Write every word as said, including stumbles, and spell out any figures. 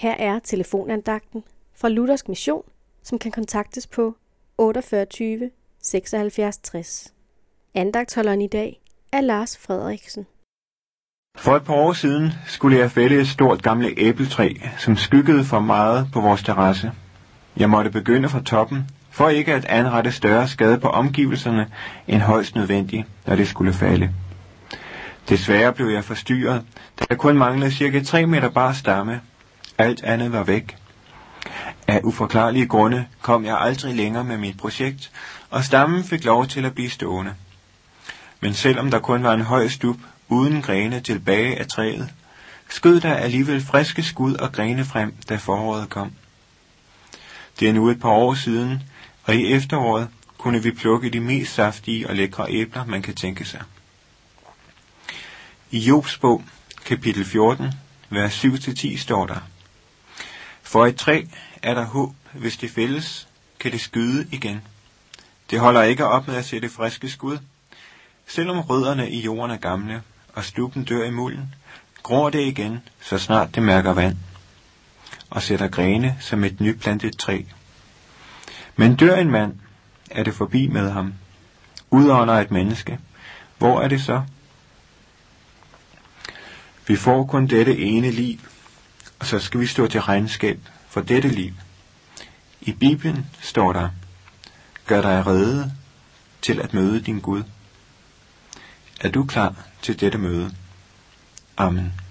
Her er telefonandagten fra Luthersk Mission, som kan kontaktes på otteogfyrre tyve seksoghalvfjerds tres. Andagtholderen i dag er Lars Frederiksen. For et par år siden skulle jeg fælde et stort gammelt æbletræ, som skyggede for meget på vores terrasse. Jeg måtte begynde fra toppen, for ikke at anrette større skade på omgivelserne end højst nødvendigt, når det skulle falde. Desværre blev jeg forstyrret, da der kun manglede cirka tre meter bar stamme. Alt andet var væk. Af uforklarlige grunde kom jeg aldrig længere med mit projekt, og stammen fik lov til at blive stående. Men selvom der kun var en høj stup uden grene tilbage af træet, skød der alligevel friske skud og grene frem, da foråret kom. Det er nu et par år siden, og i efteråret kunne vi plukke de mest saftige og lækre æbler, man kan tænke sig. I Jobs bog, kapitel fjorten, vers syv til ti står der: For et træ er der håb, hvis det fældes, kan det skyde igen. Det holder ikke op med at sætte friske skud. Selvom rødderne i jorden er gamle, og stubben dør i mulden, gror det igen, så snart det mærker vand, og sætter grene som et nyplantet træ. Men dør en mand, er det forbi med ham. Udånder et menneske, hvor er det så? Vi får kun dette ene liv, og så skal vi stå til regnskab for dette liv. I Bibelen står der: Gør dig rede til at møde din Gud. Er du klar til dette møde? Amen.